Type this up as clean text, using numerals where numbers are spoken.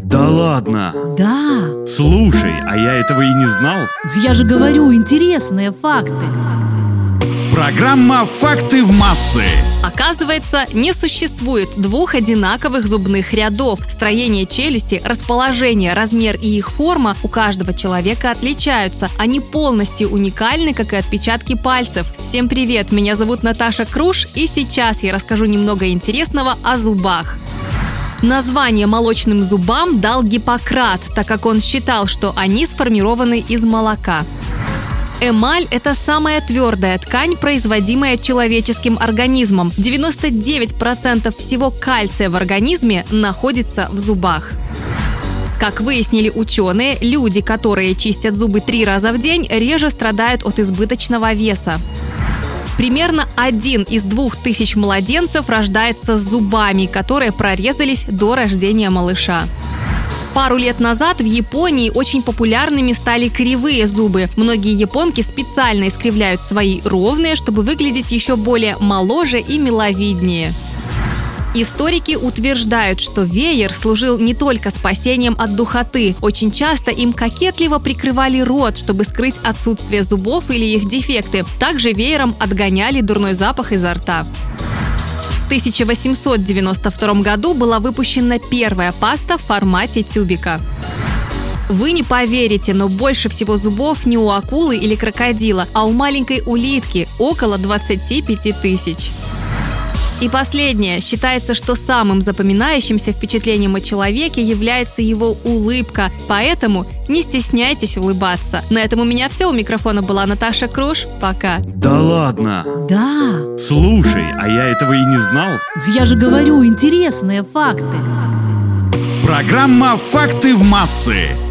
Да ладно? Да. Слушай, а я этого и не знал. Я же говорю, интересные факты. Программа «Факты в массы». Оказывается, не существует двух одинаковых зубных рядов. Строение челюсти, расположение, размер и их форма у каждого человека отличаются. Они полностью уникальны, как и отпечатки пальцев. Всем привет, меня зовут Наташа Круш, и сейчас я расскажу немного интересного о зубах. Название молочным зубам дал Гиппократ, так как он считал, что они сформированы из молока. Эмаль – это самая твердая ткань, производимая человеческим организмом. 99% всего кальция в организме находится в зубах. Как выяснили ученые, люди, которые чистят зубы 3 раза в день, реже страдают от избыточного веса. Примерно 1 из 2000 младенцев рождается с зубами, которые прорезались до рождения малыша. Пару лет назад в Японии очень популярными стали кривые зубы. Многие японки специально искривляют свои ровные, чтобы выглядеть еще более моложе и миловиднее. Историки утверждают, что веер служил не только спасением от духоты. Очень часто им кокетливо прикрывали рот, чтобы скрыть отсутствие зубов или их дефекты. Также веером отгоняли дурной запах изо рта. В 1892 году была выпущена первая паста в формате тюбика. Вы не поверите, но больше всего зубов не у акулы или крокодила, а у маленькой улитки – около 25 тысяч. И последнее. Считается, что самым запоминающимся впечатлением о человеке является его улыбка. Поэтому не стесняйтесь улыбаться. На этом у меня все. У микрофона была Наташа Круш. Пока. Да ладно? Да. Слушай, а я этого и не знал. Я же говорю, интересные факты. Программа «Факты в массы».